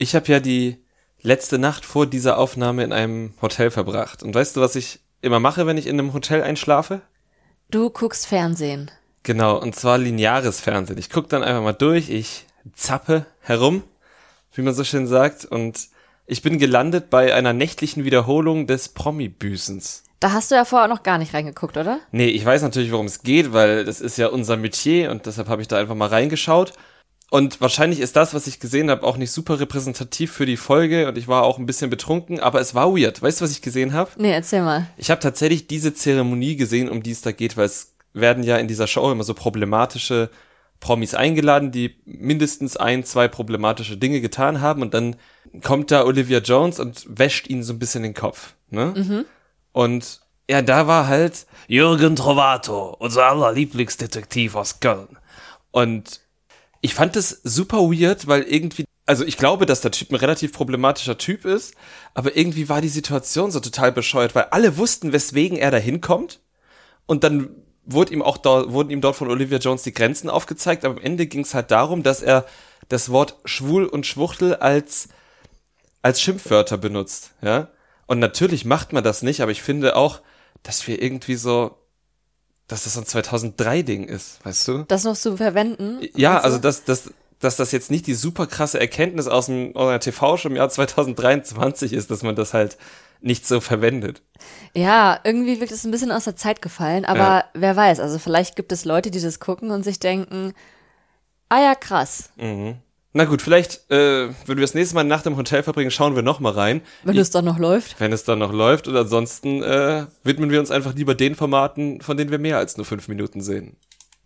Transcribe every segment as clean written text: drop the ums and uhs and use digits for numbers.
Ich habe ja die letzte Nacht vor dieser Aufnahme in einem Hotel verbracht. Und weißt du, was ich immer mache, wenn ich in einem Hotel einschlafe? Du guckst Fernsehen. Genau, und zwar lineares Fernsehen. Ich gucke dann einfach mal durch, ich zappe herum, wie man so schön sagt, und ich bin gelandet bei einer nächtlichen Wiederholung des Promi-Büßens. Da hast du ja vorher noch gar nicht reingeguckt, oder? Nee, ich weiß natürlich, worum es geht, weil das ist ja unser Metier und deshalb habe ich da einfach mal reingeschaut. Und wahrscheinlich ist das, was ich gesehen habe, auch nicht super repräsentativ für die Folge und ich war auch ein bisschen betrunken, aber es war weird. Weißt du, was ich gesehen habe? Nee, erzähl mal. Ich habe tatsächlich diese Zeremonie gesehen, um die es da geht, weil es werden ja in dieser Show immer so problematische Promis eingeladen, die mindestens 1, 2 problematische Dinge getan haben und dann kommt da Olivia Jones und wäscht ihnen so ein bisschen den Kopf, ne? Mhm. Und ja, da war halt Jürgen Trovato, unser aller Lieblingsdetektiv aus Köln. Und ich fand das super weird, weil irgendwie, also ich glaube, dass der Typ ein relativ problematischer Typ ist, aber irgendwie war die Situation so total bescheuert, weil alle wussten, weswegen er da hinkommt und dann wurden ihm dort von Olivia Jones die Grenzen aufgezeigt, aber am Ende ging es halt darum, dass er das Wort schwul und Schwuchtel als Schimpfwörter benutzt, ja. Und natürlich macht man das nicht, aber ich finde auch, dass wir irgendwie so, dass das so ein 2003-Ding ist, weißt du? Das noch zu verwenden? Ja, also dass das jetzt nicht die super krasse Erkenntnis aus einer TV-Show im Jahr 2023 ist, dass man das halt nicht so verwendet. Ja, irgendwie wirkt es ein bisschen aus der Zeit gefallen, aber wer weiß, also vielleicht gibt es Leute, die das gucken und sich denken, ah ja, krass. Mhm. Na gut, vielleicht, wenn wir das nächste Mal nach dem Hotel verbringen, schauen wir noch mal rein. Wenn es dann noch läuft. Wenn es dann noch läuft und ansonsten widmen wir uns einfach lieber den Formaten, von denen wir mehr als nur 5 Minuten sehen.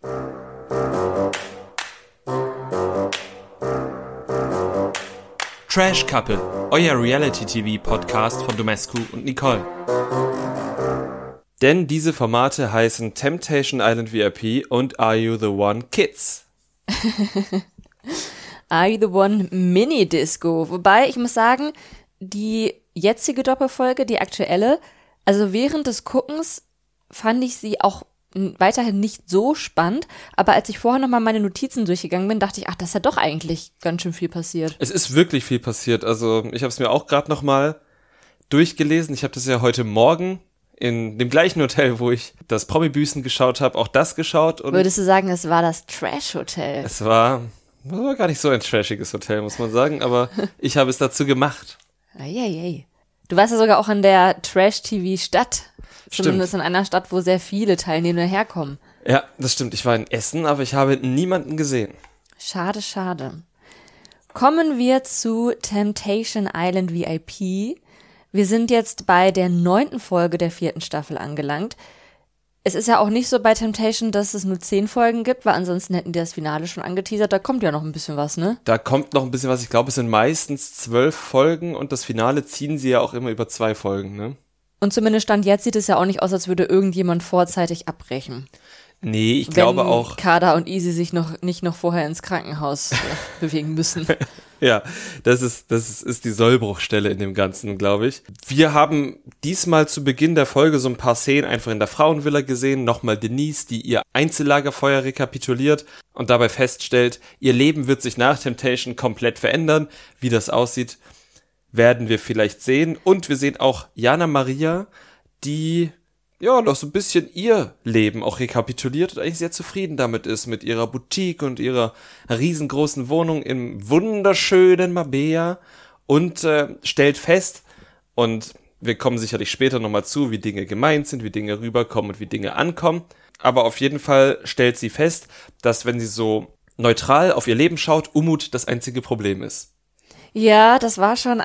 Trash Couple, euer Reality-TV-Podcast von Domescu und Nicole. Denn diese Formate heißen Temptation Island VIP und Are You the One Kids. Are You the One Mini-Disco. Wobei, ich muss sagen, die jetzige Doppelfolge, die aktuelle, also während des Guckens fand ich sie auch weiterhin nicht so spannend, aber als ich vorher nochmal meine Notizen durchgegangen bin, dachte ich, ach, das ist ja doch eigentlich ganz schön viel passiert. Es ist wirklich viel passiert, also ich habe es mir auch gerade nochmal durchgelesen, ich habe das ja heute Morgen in dem gleichen Hotel, wo ich das Promi-Büßen geschaut habe, auch das geschaut. Und würdest du sagen, es war das Trash-Hotel? Es war gar nicht so ein trashiges Hotel, muss man sagen, aber ich habe es dazu gemacht. Eieiei. Du warst ja sogar auch in der Trash-TV-Stadt. Zumindest Stimmt. in einer Stadt, wo sehr viele Teilnehmer herkommen. Ja, das stimmt. Ich war in Essen, aber ich habe niemanden gesehen. Schade, schade. Kommen wir zu Temptation Island VIP. Wir sind jetzt bei der 9. Folge der 4. Staffel angelangt. Es ist ja auch nicht so bei Temptation, dass es nur 10 Folgen gibt, weil ansonsten hätten die das Finale schon angeteasert. Da kommt ja noch ein bisschen was, ne? Da kommt noch ein bisschen was. Ich glaube, es sind meistens 12 Folgen und das Finale ziehen sie ja auch immer über 2 Folgen, ne? Und zumindest Stand jetzt sieht es ja auch nicht aus, als würde irgendjemand vorzeitig abbrechen. Nee, ich glaube auch. Wenn Kader und Easy sich nicht noch vorher ins Krankenhaus bewegen müssen. Ja, das ist die Sollbruchstelle in dem Ganzen, glaube ich. Wir haben diesmal zu Beginn der Folge so ein paar Szenen einfach in der Frauenvilla gesehen. Nochmal Denise, die ihr Einzellagerfeuer rekapituliert und dabei feststellt, ihr Leben wird sich nach Temptation komplett verändern. Wie das aussieht, werden wir vielleicht sehen. Und wir sehen auch Jana Maria, die ja noch so ein bisschen ihr Leben auch rekapituliert und eigentlich sehr zufrieden damit ist, mit ihrer Boutique und ihrer riesengroßen Wohnung im wunderschönen Marbella und stellt fest, und wir kommen sicherlich später nochmal zu, wie Dinge gemeint sind, wie Dinge rüberkommen und wie Dinge ankommen, aber auf jeden Fall stellt sie fest, dass wenn sie so neutral auf ihr Leben schaut, Unmut das einzige Problem ist. Ja, das war schon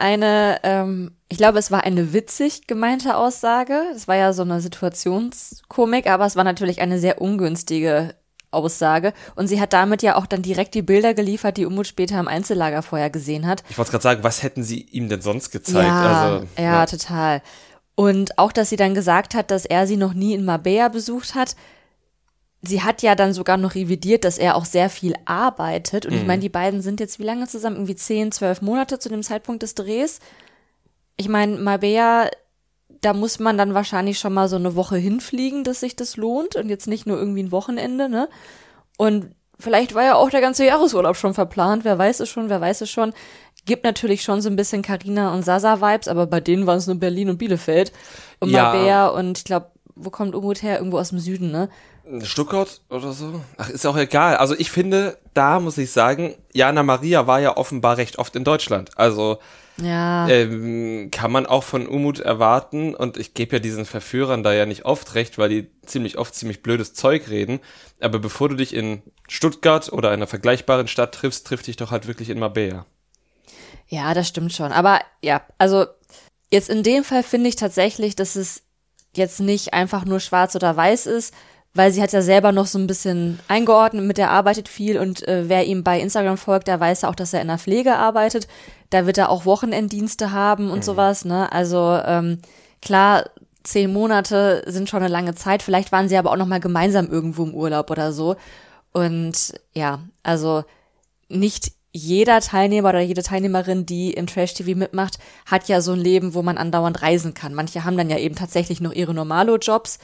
ich glaube, es war eine witzig gemeinte Aussage. Es war ja so eine Situationskomik, aber es war natürlich eine sehr ungünstige Aussage. Und sie hat damit ja auch dann direkt die Bilder geliefert, die Umut später im Einzellagerfeuer gesehen hat. Ich wollte gerade sagen, was hätten sie ihm denn sonst gezeigt? Ja, total. Und auch, dass sie dann gesagt hat, dass er sie noch nie in Marbella besucht hat. Sie hat ja dann sogar noch revidiert, dass er auch sehr viel arbeitet. Und ich meine, die beiden sind jetzt wie lange zusammen? Irgendwie 10, 12 Monate zu dem Zeitpunkt des Drehs. Ich meine, Marbella, da muss man dann wahrscheinlich schon mal so eine Woche hinfliegen, dass sich das lohnt. Und jetzt nicht nur irgendwie ein Wochenende, ne? Und vielleicht war ja auch der ganze Jahresurlaub schon verplant. Wer weiß es schon. Gibt natürlich schon so ein bisschen Carina und Sasa-Vibes, aber bei denen waren es nur Berlin und Bielefeld. Und Mabea und ich glaube, wo kommt Umut her? Irgendwo aus dem Süden, ne? Stuttgart oder so? Ach, ist auch egal. Also ich finde, da muss ich sagen, Jana Maria war ja offenbar recht oft in Deutschland. Also ja. Kann man auch von Umut erwarten. Und ich gebe ja diesen Verführern da ja nicht oft recht, weil die ziemlich oft ziemlich blödes Zeug reden. Aber bevor du dich in Stuttgart oder einer vergleichbaren Stadt triffst, triff dich doch halt wirklich in Mabea. Ja, das stimmt schon. Aber ja, also jetzt in dem Fall finde ich tatsächlich, dass es jetzt nicht einfach nur schwarz oder weiß ist, weil sie hat ja selber noch so ein bisschen eingeordnet, mit der arbeitet viel und wer ihm bei Instagram folgt, der weiß ja auch, dass er in der Pflege arbeitet. Da wird er auch Wochenenddienste haben und sowas, ne? Also klar, 10 Monate sind schon eine lange Zeit. Vielleicht waren sie aber auch noch mal gemeinsam irgendwo im Urlaub oder so. Und ja, also nicht jeder Teilnehmer oder jede Teilnehmerin, die im Trash-TV mitmacht, hat ja so ein Leben, wo man andauernd reisen kann. Manche haben dann ja eben tatsächlich noch ihre Normalo-Jobs.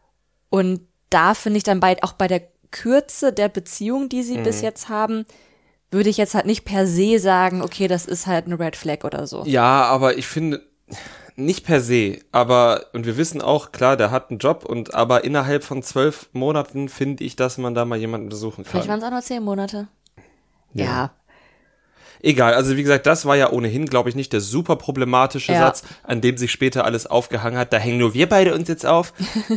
Und da finde ich dann auch bei der Kürze der Beziehung, die sie bis jetzt haben, würde ich jetzt halt nicht per se sagen, okay, das ist halt eine Red Flag oder so. Ja, aber ich finde, nicht per se, aber, und wir wissen auch, klar, der hat einen Job, aber innerhalb von 12 Monaten finde ich, dass man da mal jemanden besuchen kann. Vielleicht waren es auch nur 10 Monate. Ja. Egal, also wie gesagt, das war ja ohnehin, glaube ich, nicht der super problematische Satz, an dem sich später alles aufgehangen hat. Da hängen nur wir beide uns jetzt auf.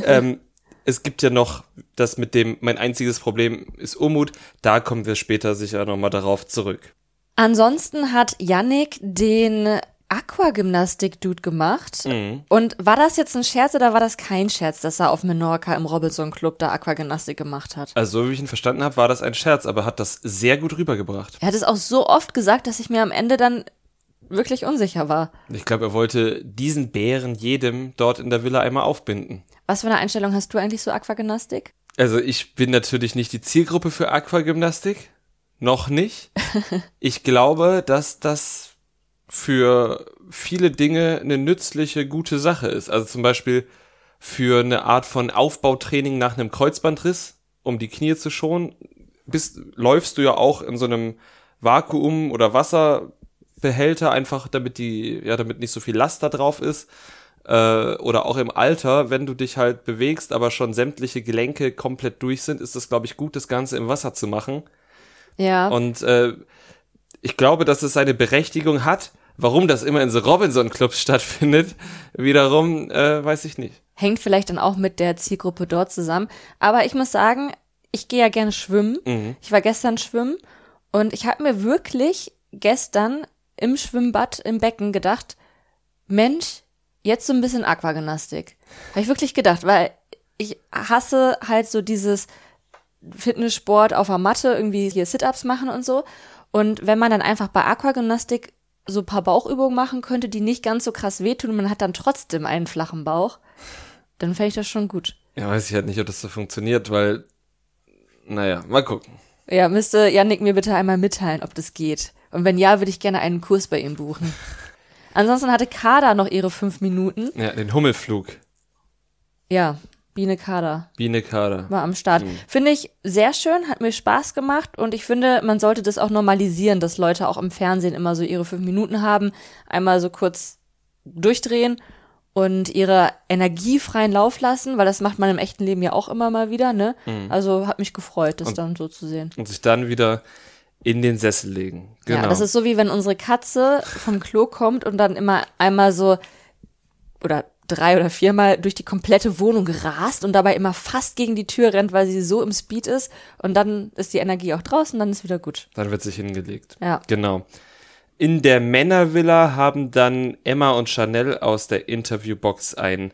Es gibt ja noch das mit dem, mein einziges Problem ist Umut. Da kommen wir später sicher nochmal darauf zurück. Ansonsten hat Yannick den Aquagymnastik-Dude gemacht. Und war das jetzt ein Scherz oder war das kein Scherz, dass er auf Menorca im Robinson Club da Aquagymnastik gemacht hat? Also so wie ich ihn verstanden habe, war das ein Scherz, aber hat das sehr gut rübergebracht. Er hat es auch so oft gesagt, dass ich mir am Ende dann wirklich unsicher war. Ich glaube, er wollte diesen Bären jedem dort in der Villa einmal aufbinden. Was für eine Einstellung hast du eigentlich zu Aquagymnastik? Also ich bin natürlich nicht die Zielgruppe für Aquagymnastik. Noch nicht. Ich glaube, dass das für viele Dinge eine nützliche, gute Sache ist. Also zum Beispiel für eine Art von Aufbautraining nach einem Kreuzbandriss, um die Knie zu schonen. Läufst du ja auch in so einem Vakuum- oder Wasserbehälter, einfach damit damit nicht so viel Last da drauf ist. Oder auch im Alter, wenn du dich halt bewegst, aber schon sämtliche Gelenke komplett durch sind, ist es, glaube ich, gut, das Ganze im Wasser zu machen. Ja. Und ich glaube, dass es seine Berechtigung hat. Warum das immer in so Robinson-Clubs stattfindet, wiederum weiß ich nicht. Hängt vielleicht dann auch mit der Zielgruppe dort zusammen. Aber ich muss sagen, ich gehe ja gerne schwimmen. Ich war gestern schwimmen und ich habe mir wirklich gestern im Schwimmbad, im Becken gedacht, Mensch, jetzt so ein bisschen Aquagymnastik. Habe ich wirklich gedacht, weil ich hasse halt so dieses Fitnesssport auf der Matte, irgendwie hier Sit-Ups machen und so. Und wenn man dann einfach bei Aquagymnastik so ein paar Bauchübungen machen könnte, die nicht ganz so krass wehtun und man hat dann trotzdem einen flachen Bauch, dann fände ich das schon gut. Ja, weiß ich halt nicht, ob das so funktioniert, weil, naja, mal gucken. Ja, müsste Yannick mir bitte einmal mitteilen, ob das geht. Und wenn ja, würde ich gerne einen Kurs bei ihm buchen. Ansonsten hatte Kader noch ihre 5 Minuten. Ja, den Hummelflug. Ja, Biene Kader. War am Start. Finde ich sehr schön, hat mir Spaß gemacht und ich finde, man sollte das auch normalisieren, dass Leute auch im Fernsehen immer so ihre 5 Minuten haben, einmal so kurz durchdrehen und ihre Energie freien Lauf lassen, weil das macht man im echten Leben ja auch immer mal wieder, ne? Also hat mich gefreut, das dann so zu sehen. Und sich dann wieder in den Sessel legen. Genau. Ja, das ist so wie wenn unsere Katze vom Klo kommt und dann immer einmal so oder 3 oder 4 Mal durch die komplette Wohnung rast und dabei immer fast gegen die Tür rennt, weil sie so im Speed ist und dann ist die Energie auch draußen, dann ist wieder gut. Dann wird sich hingelegt. Ja. Genau. In der Männervilla haben dann Emma und Chanel aus der Interviewbox ein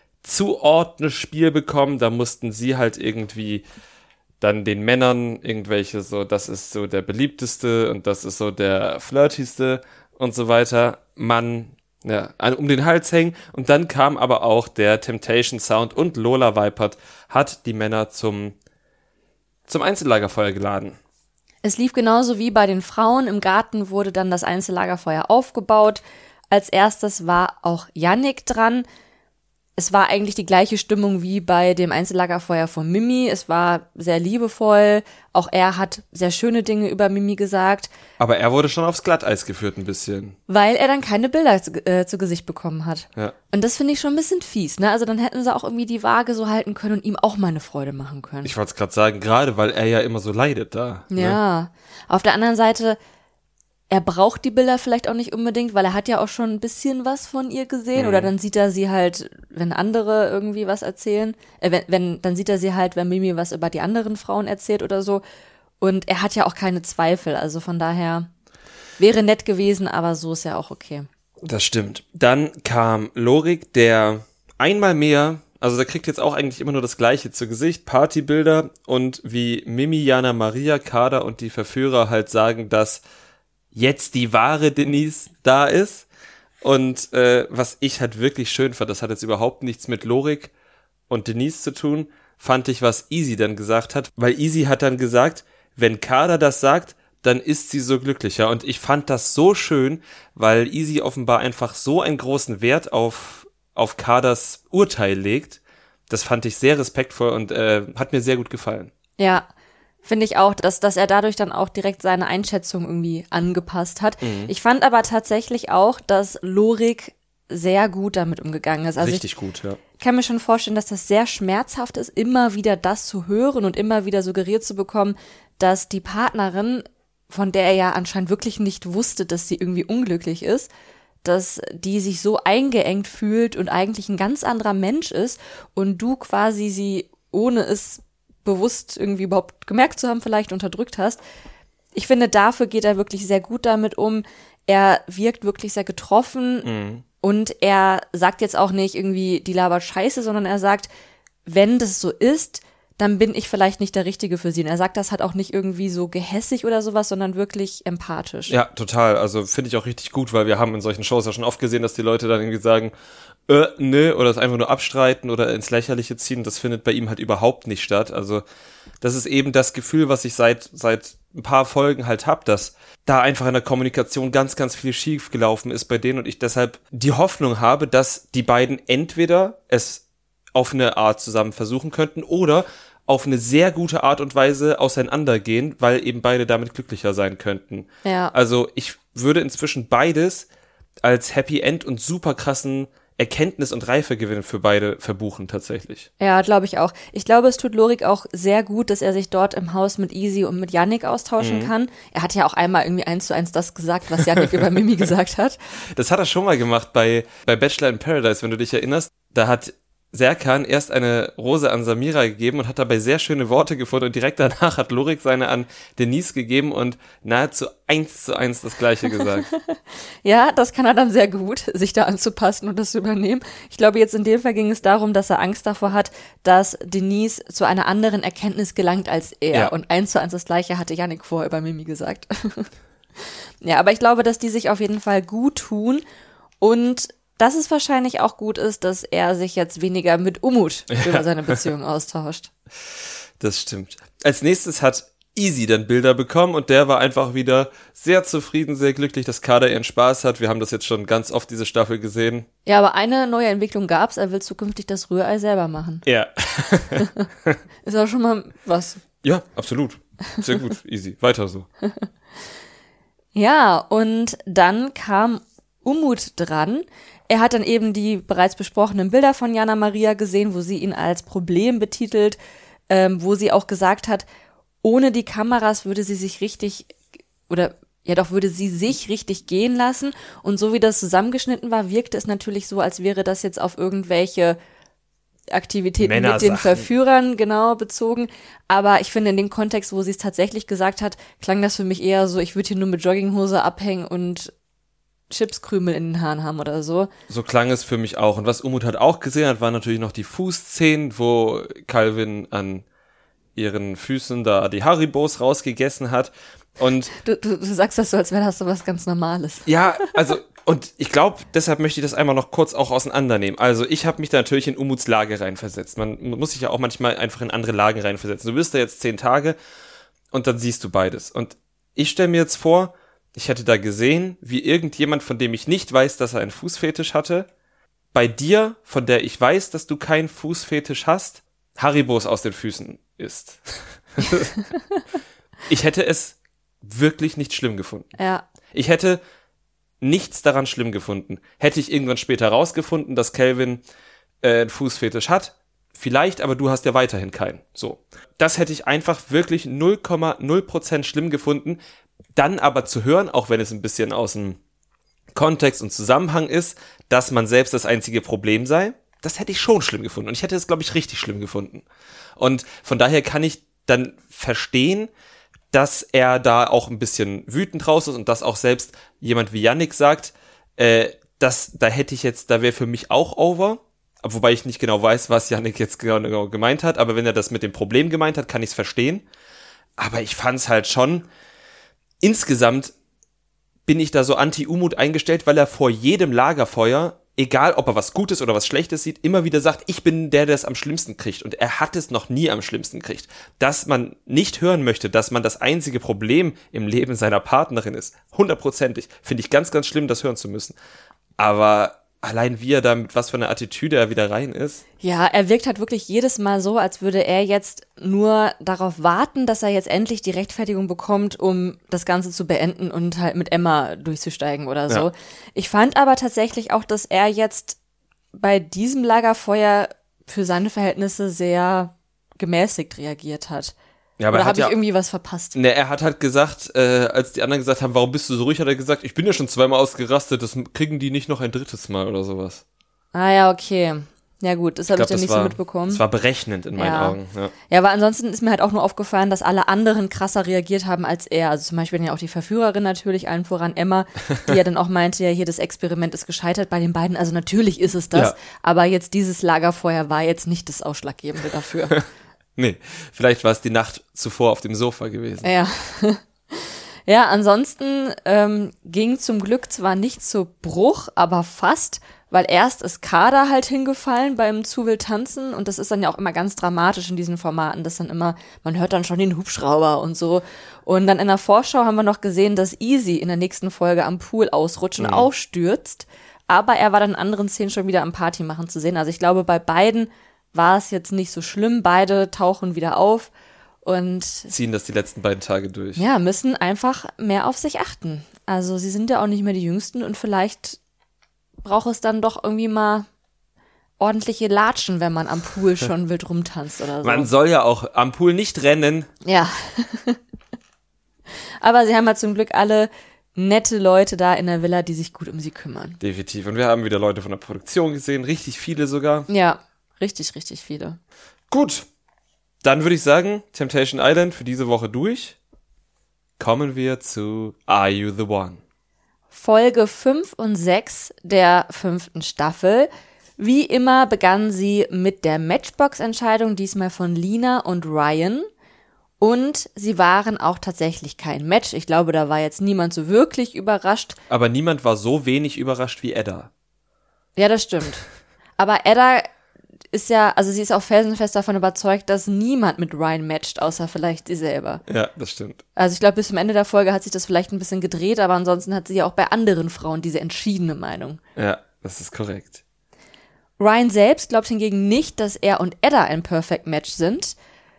Zuordnespiel bekommen. Da mussten sie halt irgendwie dann den Männern irgendwelche so, das ist so der beliebteste und das ist so der flirtigste und so weiter, Mann, ja, um den Hals hängen. Und dann kam aber auch der Temptation Sound und Lola Weipert hat die Männer zum Einzellagerfeuer geladen. Es lief genauso wie bei den Frauen. Im Garten wurde dann das Einzellagerfeuer aufgebaut. Als erstes war auch Yannick dran. es war eigentlich die gleiche Stimmung wie bei dem Einzellagerfeuer von Mimi. Es war sehr liebevoll. Auch er hat sehr schöne Dinge über Mimi gesagt. Aber er wurde schon aufs Glatteis geführt ein bisschen. Weil er dann keine Bilder zu Gesicht bekommen hat. Ja. Und das finde ich schon ein bisschen fies, ne? Also dann hätten sie auch irgendwie die Waage so halten können und ihm auch mal eine Freude machen können. Ich wollte es gerade sagen, gerade weil er ja immer so leidet da. Ja. Ne? Auf der anderen Seite, er braucht die Bilder vielleicht auch nicht unbedingt, weil er hat ja auch schon ein bisschen was von ihr gesehen. Oder dann sieht er sie halt, wenn andere irgendwie was erzählen. Dann sieht er sie halt, wenn Mimi was über die anderen Frauen erzählt oder so. Und er hat ja auch keine Zweifel. Also von daher wäre nett gewesen, aber so ist ja auch okay. Das stimmt. Dann kam Lorik, der einmal mehr, also der kriegt jetzt auch eigentlich immer nur das Gleiche zu Gesicht, Partybilder und wie Mimi, Jana Maria, Kader und die Verführer halt sagen, dass jetzt die wahre Denise da ist. Und was ich halt wirklich schön fand, das hat jetzt überhaupt nichts mit Lorik und Denise zu tun, fand ich, was Easy dann gesagt hat. Weil Easy hat dann gesagt, wenn Kader das sagt, dann ist sie so glücklicher. Und ich fand das so schön, weil Easy offenbar einfach so einen großen Wert auf Kaders Urteil legt. Das fand ich sehr respektvoll und hat mir sehr gut gefallen. Ja, finde ich auch, dass er dadurch dann auch direkt seine Einschätzung irgendwie angepasst hat. Ich fand aber tatsächlich auch, dass Lorik sehr gut damit umgegangen ist. Also richtig gut, ja. Ich kann mir schon vorstellen, dass das sehr schmerzhaft ist, immer wieder das zu hören und immer wieder suggeriert zu bekommen, dass die Partnerin, von der er ja anscheinend wirklich nicht wusste, dass sie irgendwie unglücklich ist, dass die sich so eingeengt fühlt und eigentlich ein ganz anderer Mensch ist und du quasi sie, ohne es bewusst irgendwie überhaupt gemerkt zu haben, vielleicht unterdrückt hast. Ich finde, dafür geht er wirklich sehr gut damit um. Er wirkt wirklich sehr getroffen und er sagt jetzt auch nicht irgendwie, die labert Scheiße, sondern er sagt, wenn das so ist, dann bin ich vielleicht nicht der Richtige für sie. Und er sagt das halt auch nicht irgendwie so gehässig oder sowas, sondern wirklich empathisch. Ja, total. Also finde ich auch richtig gut, weil wir haben in solchen Shows ja schon oft gesehen, dass die Leute dann irgendwie sagen, nö, oder es einfach nur abstreiten oder ins Lächerliche ziehen. Das findet bei ihm halt überhaupt nicht statt. Also das ist eben das Gefühl, was ich seit ein paar Folgen halt hab, dass da einfach in der Kommunikation ganz, ganz viel schief gelaufen ist bei denen und ich deshalb die Hoffnung habe, dass die beiden entweder es auf eine Art zusammen versuchen könnten oder auf eine sehr gute Art und Weise auseinandergehen, weil eben beide damit glücklicher sein könnten. Ja. Also ich würde inzwischen beides als Happy End und super krassen Erkenntnis- und Reifegewinn für beide verbuchen tatsächlich. Ja, glaube ich auch. Ich glaube, es tut Lorik auch sehr gut, dass er sich dort im Haus mit Easy und mit Yannick austauschen kann. Er hat ja auch einmal irgendwie 1:1 das gesagt, was Yannick über Mimi gesagt hat. Das hat er schon mal gemacht bei Bachelor in Paradise, wenn du dich erinnerst. Da hat Serkan erst eine Rose an Samira gegeben und hat dabei sehr schöne Worte gefunden und direkt danach hat Lorik seine an Denise gegeben und nahezu 1:1 das Gleiche gesagt. Ja, das kann er dann sehr gut, sich da anzupassen und das zu übernehmen. Ich glaube, jetzt in dem Fall ging es darum, dass er Angst davor hat, dass Denise zu einer anderen Erkenntnis gelangt als er. Ja. Und 1:1 das Gleiche hatte Yannick vorher über Mimi gesagt. Ja, aber ich glaube, dass die sich auf jeden Fall gut tun und dass es wahrscheinlich auch gut ist, dass er sich jetzt weniger mit Umut über seine Beziehung austauscht. Das stimmt. Als nächstes hat Easy dann Bilder bekommen und der war einfach wieder sehr zufrieden, sehr glücklich, dass Kader ihren Spaß hat. Wir haben das jetzt schon ganz oft diese Staffel gesehen. Ja, aber eine neue Entwicklung gab's. Er will zukünftig das Rührei selber machen. Ja. Ist auch schon mal was. Ja, absolut. Sehr gut, Easy. Weiter so. Ja, und dann kam Umut dran. Er hat dann eben die bereits besprochenen Bilder von Jana Maria gesehen, wo sie ihn als Problem betitelt, wo sie auch gesagt hat, ohne die Kameras würde sie sich richtig, oder ja doch, würde sie sich richtig gehen lassen. Und so wie das zusammengeschnitten war, wirkte es natürlich so, als wäre das jetzt auf irgendwelche Aktivitäten mit den Verführern genau bezogen. Aber ich finde, in dem Kontext, wo sie es tatsächlich gesagt hat, klang das für mich eher so, ich würde hier nur mit Jogginghose abhängen und Chipskrümel in den Haaren haben oder so. So klang es für mich auch. Und was Umut hat auch gesehen hat, waren natürlich noch die Fußszenen, wo Calvin an ihren Füßen da die Haribos rausgegessen hat. Und Du sagst das so, als wäre das so was ganz Normales. ja, also, und ich glaube, deshalb möchte ich das einmal noch kurz auch auseinandernehmen. Also ich habe mich da natürlich in Umuts Lage reinversetzt. Man muss sich ja auch manchmal einfach in andere Lagen reinversetzen. Du bist da jetzt 10 Tage und dann siehst du beides. Und ich stelle mir jetzt vor, ich hätte da gesehen, wie irgendjemand, von dem ich nicht weiß, dass er einen Fußfetisch hatte, bei dir, von der ich weiß, dass du keinen Fußfetisch hast, Haribos aus den Füßen isst. Ich hätte es wirklich nicht schlimm gefunden. Ja. Ich hätte nichts daran schlimm gefunden. Hätte ich irgendwann später rausgefunden, dass Calvin einen Fußfetisch hat, vielleicht, aber du hast ja weiterhin keinen. So. Das hätte ich einfach wirklich 0,0% schlimm gefunden. Dann aber zu hören, auch wenn es ein bisschen aus dem Kontext und Zusammenhang ist, dass man selbst das einzige Problem sei, das hätte ich schon schlimm gefunden. Und ich hätte es, glaube ich, richtig schlimm gefunden. Und von daher kann ich dann verstehen, dass er da auch ein bisschen wütend raus ist und dass auch selbst jemand wie Yannick sagt, da wäre für mich auch over. Wobei ich nicht genau weiß, was Yannick jetzt genau gemeint hat, aber wenn er das mit dem Problem gemeint hat, kann ich es verstehen. Aber ich fand es halt schon, insgesamt bin ich da so anti-Umut eingestellt, weil er vor jedem Lagerfeuer, egal ob er was Gutes oder was Schlechtes sieht, immer wieder sagt, ich bin der es am schlimmsten kriegt. Und er hat es noch nie am schlimmsten kriegt. Dass man nicht hören möchte, dass man das einzige Problem im Leben seiner Partnerin ist, 100%ig, finde ich ganz, ganz schlimm, das hören zu müssen. Aber allein wie er da mit was für einer Attitüde er wieder rein ist. Ja, er wirkt halt wirklich jedes Mal so, als würde er jetzt nur darauf warten, dass er jetzt endlich die Rechtfertigung bekommt, um das Ganze zu beenden und halt mit Emma durchzusteigen oder so. Ja. Ich fand aber tatsächlich auch, dass er jetzt bei diesem Lagerfeuer für seine Verhältnisse sehr gemäßigt reagiert hat. Ja, aber oder habe ich irgendwie was verpasst? Ne, er hat halt gesagt, als die anderen gesagt haben, warum bist du so ruhig, hat er gesagt, ich bin ja schon 2-mal ausgerastet, das kriegen die nicht noch ein 3. Mal oder sowas. Ah ja, okay. Ja gut, das habe ich dann nicht so mitbekommen. Das war berechnend in meinen Augen. Ja, aber ansonsten ist mir halt auch nur aufgefallen, dass alle anderen krasser reagiert haben als er. Also zum Beispiel ja auch die Verführerin natürlich, allen voran Emma, die ja dann auch meinte, ja hier das Experiment ist gescheitert bei den beiden. Also natürlich ist es das, aber jetzt dieses Lagerfeuer war jetzt nicht das Ausschlaggebende dafür. Nee, vielleicht war es die Nacht zuvor auf dem Sofa gewesen. Ja. Ja, ansonsten ging zum Glück zwar nicht zu Bruch, aber fast, weil erst ist Kader halt hingefallen beim Zu wild tanzen und das ist dann ja auch immer ganz dramatisch in diesen Formaten, dass dann immer, man hört dann schon den Hubschrauber und so. Und dann in der Vorschau haben wir noch gesehen, dass Easy in der nächsten Folge am Pool ausrutscht und auch stürzt, aber er war dann in anderen Szenen schon wieder am Party machen zu sehen. Also ich glaube, bei beiden war es jetzt nicht so schlimm, beide tauchen wieder auf und ziehen das die letzten beiden Tage durch. Ja, müssen einfach mehr auf sich achten. Also sie sind ja auch nicht mehr die Jüngsten und vielleicht braucht es dann doch irgendwie mal ordentliche Latschen, wenn man am Pool schon wild rumtanzt oder so. Man soll ja auch am Pool nicht rennen. Ja. Aber sie haben ja zum Glück alle nette Leute da in der Villa, die sich gut um sie kümmern. Definitiv. Und wir haben wieder Leute von der Produktion gesehen, richtig viele sogar. Ja. Richtig, richtig viele. Gut, dann würde ich sagen, Temptation Island für diese Woche durch. Kommen wir zu Are You the One? Folge 5 und 6 der 5. Staffel. Wie immer begannen sie mit der Matchbox-Entscheidung, diesmal von Lina und Ryan. Und sie waren auch tatsächlich kein Match. Ich glaube, da war jetzt niemand so wirklich überrascht. Aber niemand war so wenig überrascht wie Edda. Ja, das stimmt. Aber Edda ist ja, also sie ist auch felsenfest davon überzeugt, dass niemand mit Ryan matcht, außer vielleicht sie selber. Ja, das stimmt. Also ich glaube, bis zum Ende der Folge hat sich das vielleicht ein bisschen gedreht, aber ansonsten hat sie ja auch bei anderen Frauen diese entschiedene Meinung. Ja, das ist korrekt. Ryan selbst glaubt hingegen nicht, dass er und Edda ein Perfect Match sind,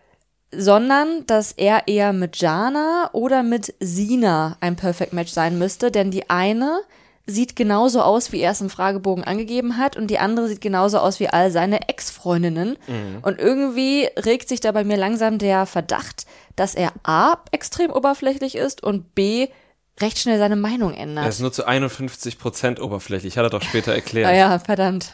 sondern dass er eher mit Jana oder mit Sina ein Perfect Match sein müsste, denn die eine sieht genauso aus, wie er es im Fragebogen angegeben hat und die andere sieht genauso aus wie all seine Ex-Freundinnen. Und irgendwie regt sich da bei mir langsam der Verdacht, dass er A, extrem oberflächlich ist und B, recht schnell seine Meinung ändert. Er ist nur zu 51% oberflächlich, hat er doch später erklärt. Ah ja, verdammt.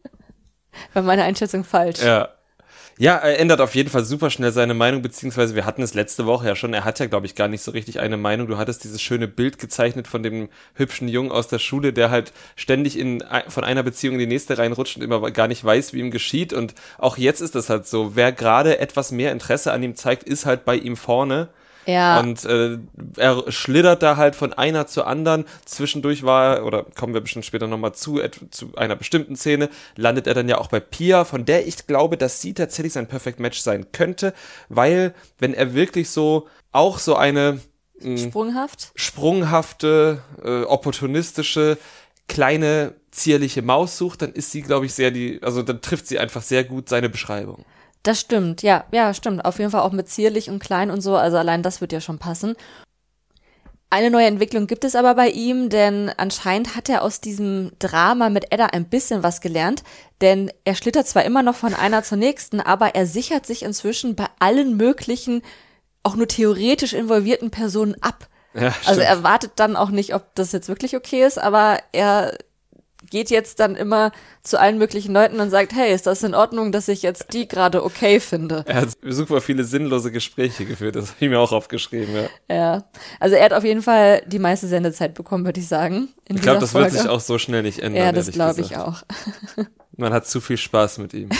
War meine Einschätzung falsch. Ja, er ändert auf jeden Fall super schnell seine Meinung, beziehungsweise wir hatten es letzte Woche ja schon, er hat ja, glaube ich, gar nicht so richtig eine Meinung. Du hattest dieses schöne Bild gezeichnet von dem hübschen Jungen aus der Schule, der halt ständig von einer Beziehung in die nächste reinrutscht und immer gar nicht weiß, wie ihm geschieht. Und auch jetzt ist das halt so, wer gerade etwas mehr Interesse an ihm zeigt, ist halt bei ihm vorne. Ja. Und er schlittert da halt von einer zur anderen. Zwischendurch war er, oder kommen wir bestimmt später nochmal zu einer bestimmten Szene, landet er dann ja auch bei Pia, von der ich glaube, dass sie tatsächlich sein Perfect Match sein könnte, weil wenn er wirklich so auch so eine sprunghafte, opportunistische, kleine zierliche Maus sucht, dann ist sie, glaube ich, dann trifft sie einfach sehr gut seine Beschreibung. Das stimmt, ja, stimmt. Auf jeden Fall auch mit zierlich und klein und so, also allein das wird ja schon passen. Eine neue Entwicklung gibt es aber bei ihm, denn anscheinend hat er aus diesem Drama mit Edda ein bisschen was gelernt, denn er schlittert zwar immer noch von einer zur nächsten, aber er sichert sich inzwischen bei allen möglichen, auch nur theoretisch involvierten Personen ab. Ja, also er wartet dann auch nicht, ob das jetzt wirklich okay ist, aber er geht jetzt dann immer zu allen möglichen Leuten und sagt, hey, ist das in Ordnung, dass ich jetzt die gerade okay finde? Er hat super viele sinnlose Gespräche geführt, das habe ich mir auch aufgeschrieben, ja. Ja, also er hat auf jeden Fall die meiste Sendezeit bekommen, würde ich sagen. Ich glaube, das wird sich auch so schnell nicht ändern. Ja, das glaube ich auch. Man hat zu viel Spaß mit ihm.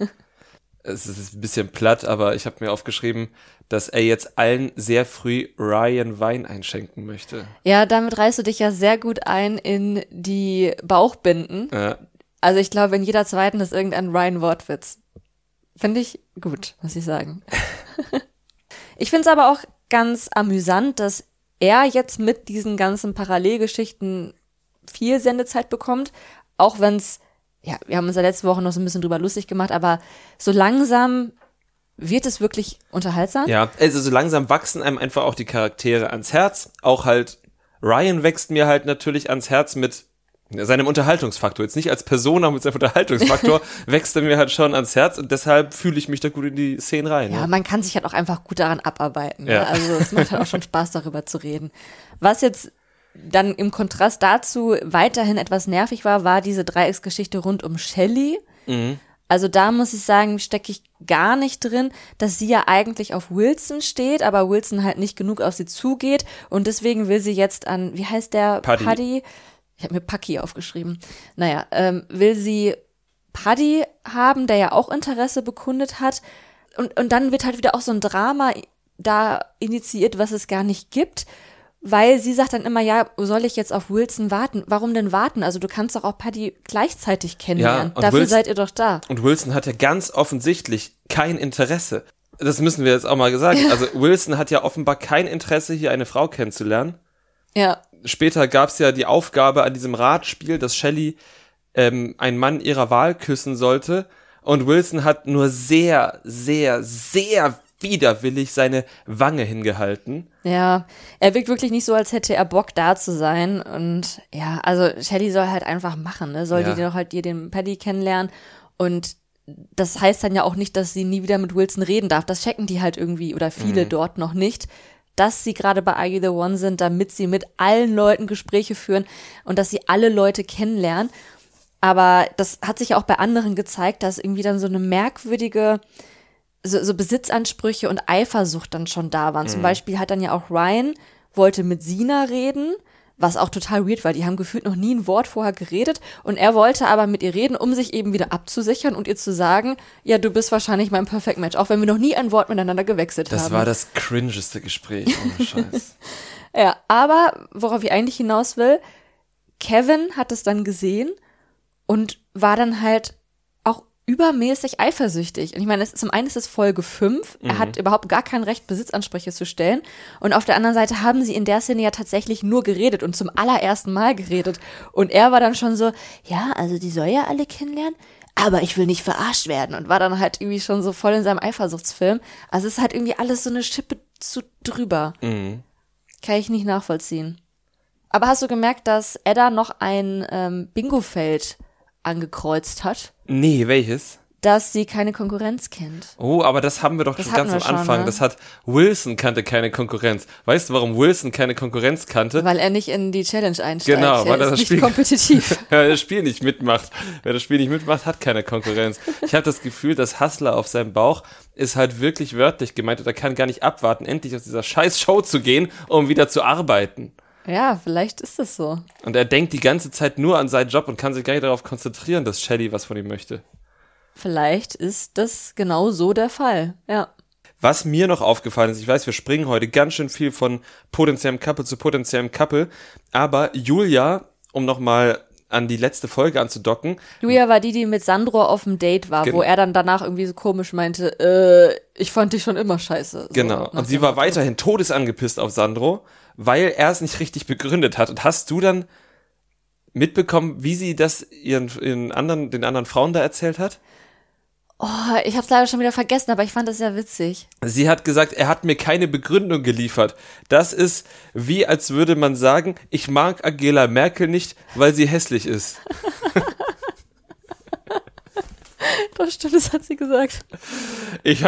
Es ist ein bisschen platt, aber ich habe mir aufgeschrieben, dass er jetzt allen sehr früh Ryan Wein einschenken möchte. Ja, damit reißt du dich ja sehr gut ein in die Bauchbinden. Ja. Also ich glaube, in jeder zweiten ist irgendein Ryan-Wortwitz. Finde ich gut, muss ich sagen. Ich finde es aber auch ganz amüsant, dass er jetzt mit diesen ganzen Parallelgeschichten viel Sendezeit bekommt, auch wenn es, ja, wir haben uns ja letzte Woche noch so ein bisschen drüber lustig gemacht, aber so langsam wird es wirklich unterhaltsam. Ja, also so langsam wachsen einem einfach auch die Charaktere ans Herz. Auch halt Ryan wächst mir halt natürlich ans Herz mit seinem Unterhaltungsfaktor. Jetzt nicht als Person, aber mit seinem Unterhaltungsfaktor wächst er mir halt schon ans Herz und deshalb fühle ich mich da gut in die Szenen rein. Ja, ne? Man kann sich halt auch einfach gut daran abarbeiten. Ja. Ne? Also es macht halt auch schon Spaß, darüber zu reden. Was jetzt dann im Kontrast dazu weiterhin etwas nervig war diese Dreiecksgeschichte rund um Shelley. Mhm. Also da muss ich sagen, stecke ich gar nicht drin, dass sie ja eigentlich auf Wilson steht, aber Wilson halt nicht genug auf sie zugeht und deswegen will sie jetzt an, wie heißt der? Paddy? Ich habe mir Pucky aufgeschrieben. Naja, will sie Paddy haben, der ja auch Interesse bekundet hat und dann wird halt wieder auch so ein Drama da initiiert, was es gar nicht gibt. Weil sie sagt dann immer, ja, soll ich jetzt auf Wilson warten? Warum denn warten? Also du kannst doch auch Paddy gleichzeitig kennenlernen. Ja, Dafür Wilson, seid ihr doch da. Und Wilson hat ja ganz offensichtlich kein Interesse. Das müssen wir jetzt auch mal sagen. Ja. Also Wilson hat ja offenbar kein Interesse, hier eine Frau kennenzulernen. Ja. Später gab es ja die Aufgabe an diesem Ratspiel, dass Shelley einen Mann ihrer Wahl küssen sollte. Und Wilson hat nur sehr, sehr, sehr widerwillig seine Wange hingehalten. Ja, er wirkt wirklich nicht so, als hätte er Bock da zu sein und ja, also Shelley soll halt einfach machen, ne? Soll die doch halt ihr den Paddy kennenlernen und das heißt dann ja auch nicht, dass sie nie wieder mit Wilson reden darf, das checken die halt irgendwie oder viele dort noch nicht, dass sie gerade bei Are You the One sind, damit sie mit allen Leuten Gespräche führen und dass sie alle Leute kennenlernen, aber das hat sich ja auch bei anderen gezeigt, dass irgendwie dann so eine merkwürdige so Besitzansprüche und Eifersucht dann schon da waren. Zum Beispiel hat dann ja auch Ryan, wollte mit Sina reden, was auch total weird war. Die haben gefühlt noch nie ein Wort vorher geredet und er wollte aber mit ihr reden, um sich eben wieder abzusichern und ihr zu sagen, ja, du bist wahrscheinlich mein Perfect Match, auch wenn wir noch nie ein Wort miteinander gewechselt haben. Das war das cringeste Gespräch, ohne Scheiß. Ja, aber worauf ich eigentlich hinaus will, Kevin hat es dann gesehen und war dann halt übermäßig eifersüchtig. Und ich meine, zum einen ist es Folge 5, er hat überhaupt gar kein Recht, Besitzansprüche zu stellen. Und auf der anderen Seite haben sie in der Szene ja tatsächlich nur geredet und zum allerersten Mal geredet. Und er war dann schon so, ja, also die soll ja alle kennenlernen, aber ich will nicht verarscht werden. Und war dann halt irgendwie schon so voll in seinem Eifersuchtsfilm. Also es ist halt irgendwie alles so eine Schippe zu drüber. Mhm. Kann ich nicht nachvollziehen. Aber hast du gemerkt, dass Edda noch ein Bingo-Feld angekreuzt hat? Nee, welches? Dass sie keine Konkurrenz kennt. Oh, aber das haben wir doch schon ganz am Anfang. Ne? Das hat Wilson kannte keine Konkurrenz. Weißt du, warum Wilson keine Konkurrenz kannte? Weil er nicht in die Challenge einsteigt. Genau, weil er ist das nicht Spiel kompetitiv. Weil das Spiel nicht mitmacht. Wer das Spiel nicht mitmacht, hat keine Konkurrenz. Ich habe das Gefühl, das Hustler auf seinem Bauch ist halt wirklich wörtlich gemeint und er kann gar nicht abwarten, endlich aus dieser scheiß Show zu gehen, um wieder zu arbeiten. Ja, vielleicht ist es so. Und er denkt die ganze Zeit nur an seinen Job und kann sich gar nicht darauf konzentrieren, dass Shelley was von ihm möchte. Vielleicht ist das genau so der Fall, ja. Was mir noch aufgefallen ist, ich weiß, wir springen heute ganz schön viel von potenziellem Couple zu potenziellem Couple, aber Julia, um nochmal an die letzte Folge anzudocken. Julia war die mit Sandro auf dem Date war, wo er dann danach irgendwie so komisch meinte, ich fand dich schon immer scheiße. So, genau, und sie war weiterhin todesangepisst auf Sandro, weil er es nicht richtig begründet hat. Und hast du dann mitbekommen, wie sie das den anderen Frauen da erzählt hat? Oh, ich hab's leider schon wieder vergessen, aber ich fand das sehr witzig. Sie hat gesagt, er hat mir keine Begründung geliefert. Das ist wie, als würde man sagen, ich mag Angela Merkel nicht, weil sie hässlich ist. Doch, stimmt, das hat sie gesagt. Ich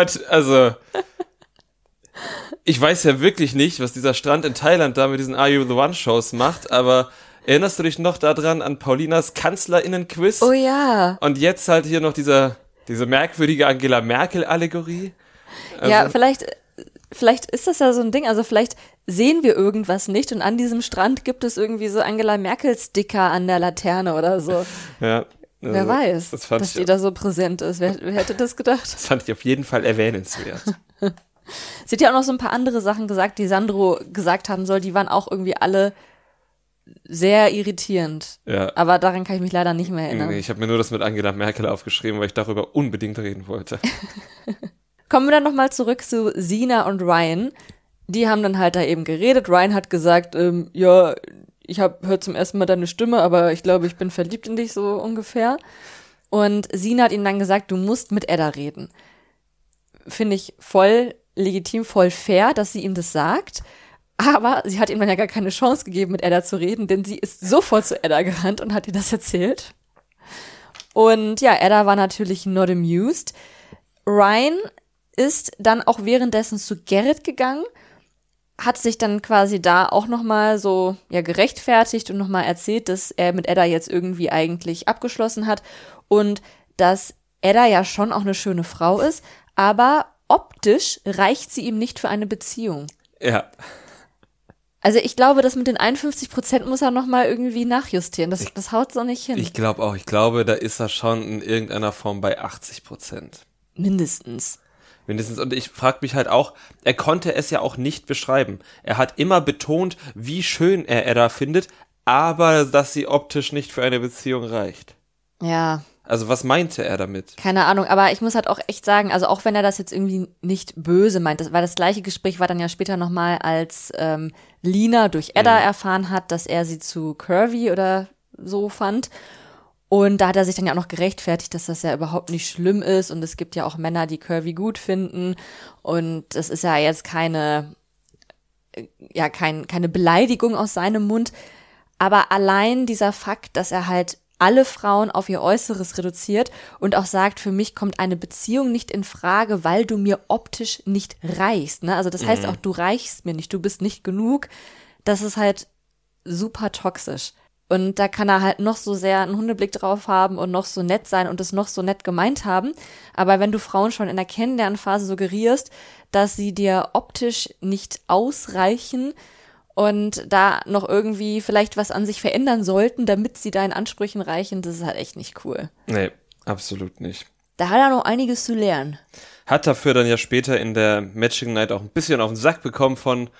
weiß ja wirklich nicht, was dieser Strand in Thailand da mit diesen Are You the One Shows macht, aber erinnerst du dich noch daran an Paulinas Kanzlerinnen-Quiz? Oh ja. Und jetzt halt hier noch diese merkwürdige Angela Merkel-Allegorie. Also, ja, vielleicht ist das ja so ein Ding, also vielleicht sehen wir irgendwas nicht und an diesem Strand gibt es irgendwie so Angela Merkel-Sticker an der Laterne oder so. Ja. Also, wer weiß, dass die da so präsent ist. Wer hätte das gedacht? Das fand ich auf jeden Fall erwähnenswert. Sie hat ja auch noch so ein paar andere Sachen gesagt, die Sandro gesagt haben soll, die waren auch irgendwie alle sehr irritierend. Ja. Aber daran kann ich mich leider nicht mehr erinnern. Nee, ich habe mir nur das mit Angela Merkel aufgeschrieben, weil ich darüber unbedingt reden wollte. Kommen wir dann nochmal zurück zu Sina und Ryan. Die haben dann halt da eben geredet. Ryan hat gesagt, ja, ich hör zum ersten Mal deine Stimme, aber ich glaube, ich bin verliebt in dich, so ungefähr. Und Sina hat ihm dann gesagt, du musst mit Edda reden. Finde ich voll legitim, voll fair, dass sie ihm das sagt. Aber sie hat ihm dann ja gar keine Chance gegeben, mit Edda zu reden, denn sie ist sofort zu Edda gerannt und hat ihr das erzählt. Und ja, Edda war natürlich not amused. Ryan ist dann auch währenddessen zu Gerrit gegangen, hat sich dann quasi da auch nochmal so gerechtfertigt und nochmal erzählt, dass er mit Edda jetzt irgendwie eigentlich abgeschlossen hat und dass Edda ja schon auch eine schöne Frau ist, aber optisch reicht sie ihm nicht für eine Beziehung. Ja. Also ich glaube, das mit den 51% muss er nochmal irgendwie nachjustieren. Das haut so nicht hin. Ich glaube auch. Ich glaube, da ist er schon in irgendeiner Form bei 80%. Mindestens. Und ich frage mich halt auch, er konnte es ja auch nicht beschreiben. Er hat immer betont, wie schön er Edda findet, aber dass sie optisch nicht für eine Beziehung reicht. Ja. Also was meinte er damit? Keine Ahnung, aber ich muss halt auch echt sagen, also auch wenn er das jetzt irgendwie nicht böse meint, weil das gleiche Gespräch war dann ja später nochmal, als Lina durch Edda erfahren hat, dass er sie zu curvy oder so fand. Und da hat er sich dann ja auch noch gerechtfertigt, dass das ja überhaupt nicht schlimm ist und es gibt ja auch Männer, die curvy gut finden und das ist ja jetzt keine Beleidigung aus seinem Mund, aber allein dieser Fakt, dass er halt alle Frauen auf ihr Äußeres reduziert und auch sagt, für mich kommt eine Beziehung nicht in Frage, weil du mir optisch nicht reichst, ne? Also das heißt auch, du reichst mir nicht, du bist nicht genug, das ist halt super toxisch. Und da kann er halt noch so sehr einen Hundeblick drauf haben und noch so nett sein und es noch so nett gemeint haben. Aber wenn du Frauen schon in der Kennenlernphase suggerierst, dass sie dir optisch nicht ausreichen und da noch irgendwie vielleicht was an sich verändern sollten, damit sie deinen Ansprüchen reichen, das ist halt echt nicht cool. Nee, absolut nicht. Da hat er noch einiges zu lernen. Hat dafür dann ja später in der Matching Night auch ein bisschen auf den Sack bekommen von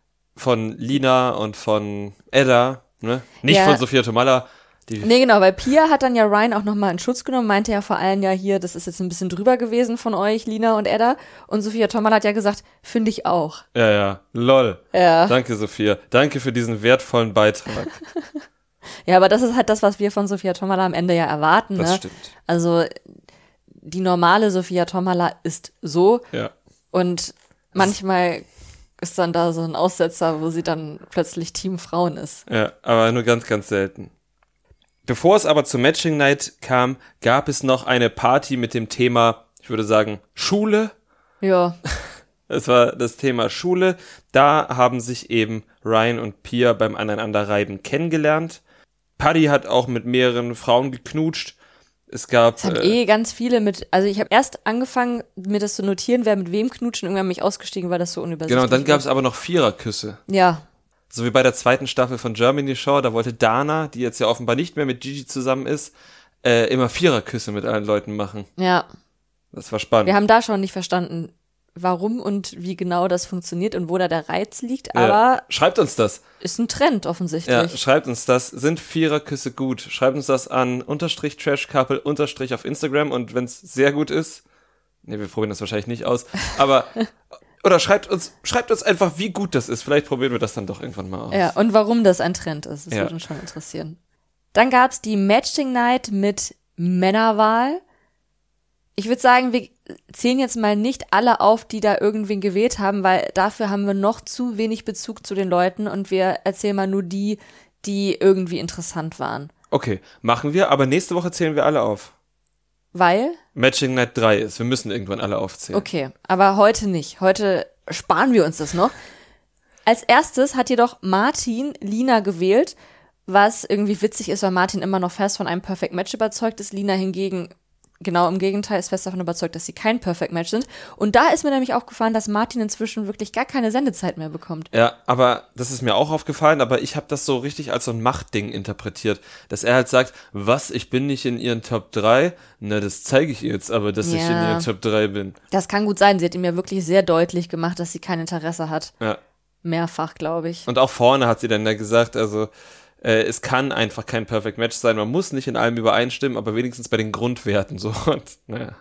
Lina und von Edda. Ne? Nicht von Sophia Tomalla. Nee, genau, weil Pia hat dann ja Ryan auch nochmal in Schutz genommen, meinte ja vor allem ja hier, das ist jetzt ein bisschen drüber gewesen von euch, Lina und Edda. Und Sophia Tomalla hat ja gesagt, finde ich auch. Ja, lol. Ja. Danke, Sophia. Danke für diesen wertvollen Beitrag. Ja, aber das ist halt das, was wir von Sophia Tomalla am Ende ja erwarten. Das ne? stimmt. Also die normale Sophia Tomalla ist so. Ja. Und manchmal ist dann da so ein Aussetzer, wo sie dann plötzlich Team Frauen ist. Ja, aber nur ganz, ganz selten. Bevor es aber zur Matching Night kam, gab es noch eine Party mit dem Thema, ich würde sagen, Schule. Ja. Es war das Thema Schule. Da haben sich eben Ryan und Pia beim Aneinanderreiben kennengelernt. Paddy hat auch mit mehreren Frauen geknutscht. Es haben ganz viele also ich habe erst angefangen, mir das zu notieren, wer mit wem knutschen, irgendwann bin ich ausgestiegen, weil das so unübersichtlich Genau, dann gab es aber noch Viererküsse. Ja. So wie bei der zweiten Staffel von Germany Show, da wollte Dana, die jetzt ja offenbar nicht mehr mit Gigi zusammen ist, immer Viererküsse mit allen Leuten machen. Ja. Das war spannend. Wir haben da schon nicht verstanden, warum und wie genau das funktioniert und wo da der Reiz liegt, aber ja, schreibt uns das. Ist ein Trend offensichtlich. Ja, schreibt uns das. Sind Viererküsse gut? Schreibt uns das an _trashcouple_ auf Instagram und wenn es sehr gut ist, wir probieren das wahrscheinlich nicht aus, aber oder schreibt uns einfach, wie gut das ist. Vielleicht probieren wir das dann doch irgendwann mal aus. Ja, und warum das ein Trend ist. Das ja. würde uns schon interessieren. Dann gab's die Matching Night mit Männerwahl. Ich würde sagen, wir zählen jetzt mal nicht alle auf, die da irgendwen gewählt haben, weil dafür haben wir noch zu wenig Bezug zu den Leuten und wir erzählen mal nur die irgendwie interessant waren. Okay, machen wir, aber nächste Woche zählen wir alle auf. Weil? Matching Night 3 ist. Wir müssen irgendwann alle aufzählen. Okay, aber heute nicht. Heute sparen wir uns das noch. Als erstes hat jedoch Martin Lina gewählt, was irgendwie witzig ist, weil Martin immer noch fest von einem Perfect Match überzeugt ist. Lina hingegen, genau im Gegenteil, ist fest davon überzeugt, dass sie kein Perfect Match sind. Und da ist mir nämlich aufgefallen, dass Martin inzwischen wirklich gar keine Sendezeit mehr bekommt. Ja, aber das ist mir auch aufgefallen, aber ich habe das so richtig als so ein Machtding interpretiert, dass er halt sagt, was, ich bin nicht in ihren Top 3? Na, das zeige ich ihr jetzt aber, dass ich in ihren Top 3 bin. Das kann gut sein, sie hat ihm ja wirklich sehr deutlich gemacht, dass sie kein Interesse hat. Ja. Mehrfach, glaube ich. Und auch vorne hat sie dann da gesagt, also es kann einfach kein Perfect Match sein, man muss nicht in allem übereinstimmen, aber wenigstens bei den Grundwerten so. Und, naja.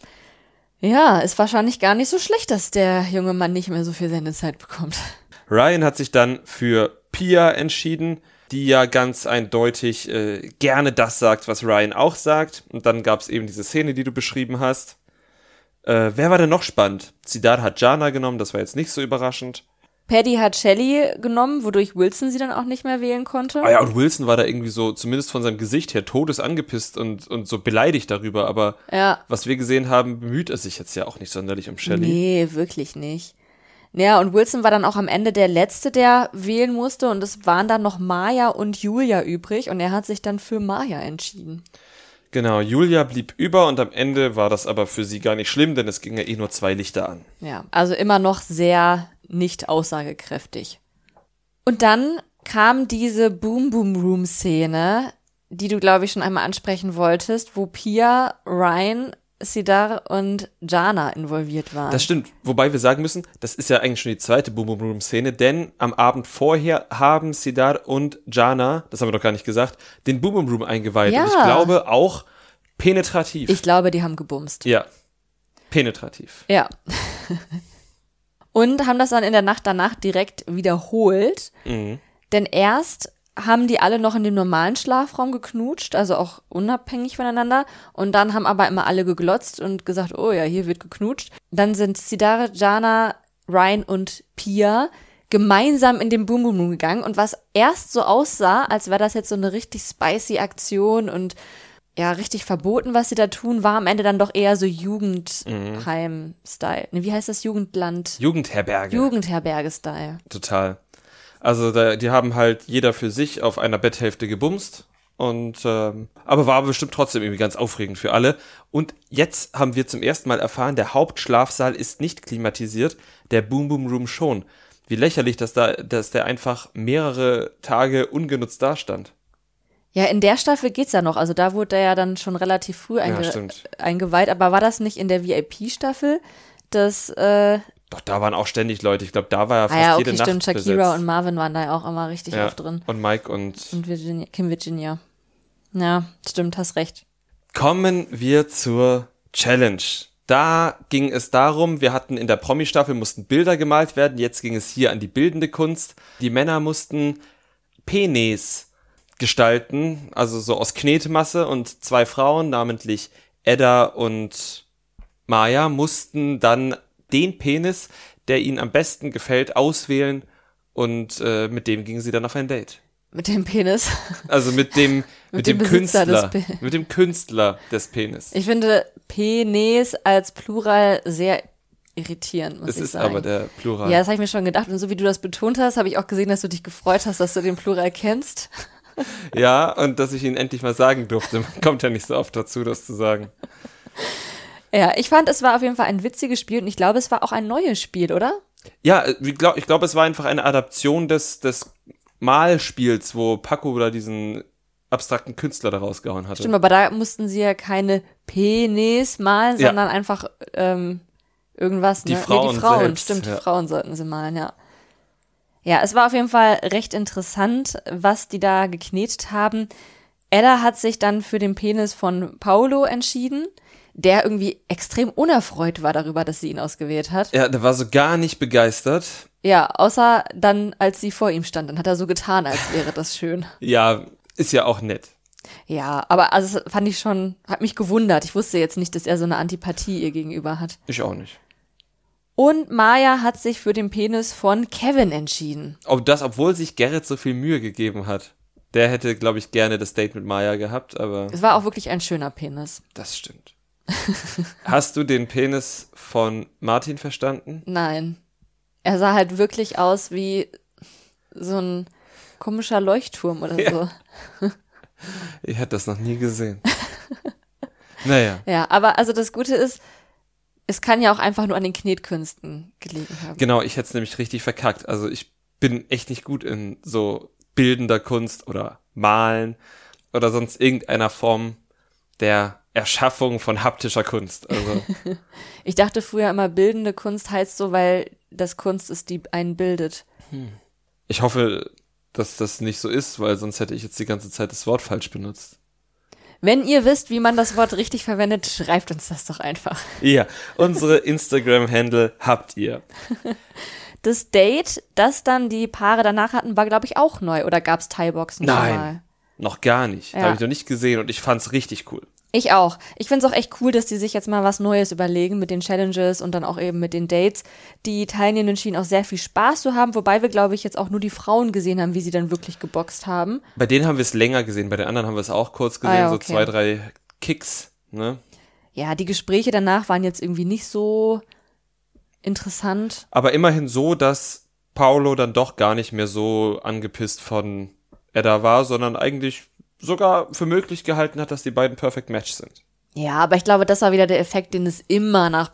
Ja, ist wahrscheinlich gar nicht so schlecht, dass der junge Mann nicht mehr so viel Sendezeit bekommt. Ryan hat sich dann für Pia entschieden, die ja ganz eindeutig gerne das sagt, was Ryan auch sagt. Und dann gab es eben diese Szene, die du beschrieben hast. Wer war denn noch spannend? Siddharth hat Jana genommen, das war jetzt nicht so überraschend. Paddy hat Shelly genommen, wodurch Wilson sie dann auch nicht mehr wählen konnte. Ah ja, und Wilson war da irgendwie so, zumindest von seinem Gesicht her, todesangepisst und so beleidigt darüber. Aber was wir gesehen haben, bemüht er sich jetzt ja auch nicht sonderlich um Shelly. Nee, wirklich nicht. Ja, und Wilson war dann auch am Ende der Letzte, der wählen musste. Und es waren dann noch Maya und Julia übrig. Und er hat sich dann für Maya entschieden. Genau, Julia blieb über und am Ende war das aber für sie gar nicht schlimm, denn es ging ja eh nur 2 Lichter an. Ja, also immer noch sehr nicht aussagekräftig. Und dann kam diese Boom Boom Room Szene, die du, glaube ich, schon einmal ansprechen wolltest, wo Pia, Ryan, Siddharth und Jana involviert waren. Das stimmt, wobei wir sagen müssen, das ist ja eigentlich schon die zweite Boom Boom Room Szene, denn am Abend vorher haben Siddharth und Jana, das haben wir doch gar nicht gesagt, den Boom Boom Room eingeweiht. Ja. Und ich glaube auch penetrativ. Ich glaube, die haben gebumst. Ja, penetrativ. Ja. Und haben das dann in der Nacht danach direkt wiederholt. Mhm. Denn erst haben die alle noch in dem normalen Schlafraum geknutscht, also auch unabhängig voneinander. Und dann haben aber immer alle geglotzt und gesagt, oh ja, hier wird geknutscht. Dann sind Siddharth, Jana, Ryan und Pia gemeinsam in den Boom Boom Room gegangen. Und was erst so aussah, als wäre das jetzt so eine richtig spicy Aktion und ja, richtig verboten, was sie da tun, war am Ende dann doch eher so Jugendheim-Style. Ne, wie heißt das? Jugendland? Jugendherberge. Jugendherberge-Style. Total. Also die haben halt jeder für sich auf einer Betthälfte gebumst. Und aber war bestimmt trotzdem irgendwie ganz aufregend für alle. Und jetzt haben wir zum ersten Mal erfahren, der Hauptschlafsaal ist nicht klimatisiert, der Boom Boom Room schon. Wie lächerlich, dass der einfach mehrere Tage ungenutzt dastand. Ja, in der Staffel geht's ja noch. Also da wurde er ja dann schon relativ früh eingeweiht. Aber war das nicht in der VIP-Staffel? Doch, da waren auch ständig Leute. Ich glaube, da war ja fast jede Nacht stimmt. Shakira besetzt. und Marvin waren da ja auch immer richtig oft drin. Und Mike und Virginia, Kim Virginia. Ja, stimmt, hast recht. Kommen wir zur Challenge. Da ging es darum, wir hatten in der Promi-Staffel, mussten Bilder gemalt werden. Jetzt ging es hier an die bildende Kunst. Die Männer mussten Penis gestalten, also so aus Knetmasse, und 2 Frauen, namentlich Edda und Maya, mussten dann den Penis, der ihnen am besten gefällt, auswählen und mit dem gingen sie dann auf ein Date. Mit dem Penis? Also mit dem Besitzer Künstler, mit dem Künstler des Penis. Ich finde Penis als Plural sehr irritierend, muss ich sagen. Es ist aber der Plural. Ja, das habe ich mir schon gedacht. Und so wie du das betont hast, habe ich auch gesehen, dass du dich gefreut hast, dass du den Plural kennst. Ja, und dass ich ihn endlich mal sagen durfte. Man kommt ja nicht so oft dazu, das zu sagen. Ja, ich fand, es war auf jeden Fall ein witziges Spiel und ich glaube, es war auch ein neues Spiel, oder? Ja, ich glaube, es war einfach eine Adaption des Malspiels, wo Paco da diesen abstrakten Künstler da rausgehauen hatte. Stimmt, aber da mussten sie ja keine Penis malen, sondern einfach irgendwas. Die ne? Frauen die Frauen, selbst, stimmt, ja. Die Frauen sollten sie malen, ja. Ja, es war auf jeden Fall recht interessant, was die da geknetet haben. Edda hat sich dann für den Penis von Paolo entschieden, der irgendwie extrem unerfreut war darüber, dass sie ihn ausgewählt hat. Ja, der war so gar nicht begeistert. Ja, außer dann, als sie vor ihm stand, dann hat er so getan, als wäre das schön. Ja, ist ja auch nett. Ja, aber also das fand ich schon, hat mich gewundert. Ich wusste jetzt nicht, dass er so eine Antipathie ihr gegenüber hat. Ich auch nicht. Und Maya hat sich für den Penis von Kevin entschieden. Obwohl sich Garrett so viel Mühe gegeben hat. Der hätte, glaube ich, gerne das Date mit Maya gehabt, aber... Es war auch wirklich ein schöner Penis. Das stimmt. Hast du den Penis von Martin verstanden? Nein. Er sah halt wirklich aus wie so ein komischer Leuchtturm oder so. Ich hätte das noch nie gesehen. Naja. Ja, aber also das Gute ist, es kann ja auch einfach nur an den Knetkünsten gelegen haben. Genau, ich hätte es nämlich richtig verkackt. Also ich bin echt nicht gut in so bildender Kunst oder Malen oder sonst irgendeiner Form der Erschaffung von haptischer Kunst. Also Ich dachte früher immer, bildende Kunst heißt so, weil das Kunst ist, die einen bildet. ich hoffe, dass das nicht so ist, weil sonst hätte ich jetzt die ganze Zeit das Wort falsch benutzt. Wenn ihr wisst, wie man das Wort richtig verwendet, schreibt uns das doch einfach. Ja, unsere Instagram-Handle habt ihr. Das Date, das dann die Paare danach hatten, war, glaube ich, auch neu. Oder gab es Thai-Boxen schon mal? Nein, noch gar nicht. Ja. Habe ich noch nicht gesehen und ich fand's richtig cool. Ich auch. Ich finde es auch echt cool, dass die sich jetzt mal was Neues überlegen mit den Challenges und dann auch eben mit den Dates. Die Teilnehmenden schienen auch sehr viel Spaß zu haben, wobei wir, glaube ich, jetzt auch nur die Frauen gesehen haben, wie sie dann wirklich geboxt haben. Bei denen haben wir es länger gesehen, bei den anderen haben wir es auch kurz gesehen, ja, so okay. 2, 3 Kicks, ne? Ja, die Gespräche danach waren jetzt irgendwie nicht so interessant. Aber immerhin so, dass Paolo dann doch gar nicht mehr so angepisst von Edda war, sondern eigentlich sogar für möglich gehalten hat, dass die beiden Perfect Match sind. Ja, aber ich glaube, das war wieder der Effekt, den es immer nach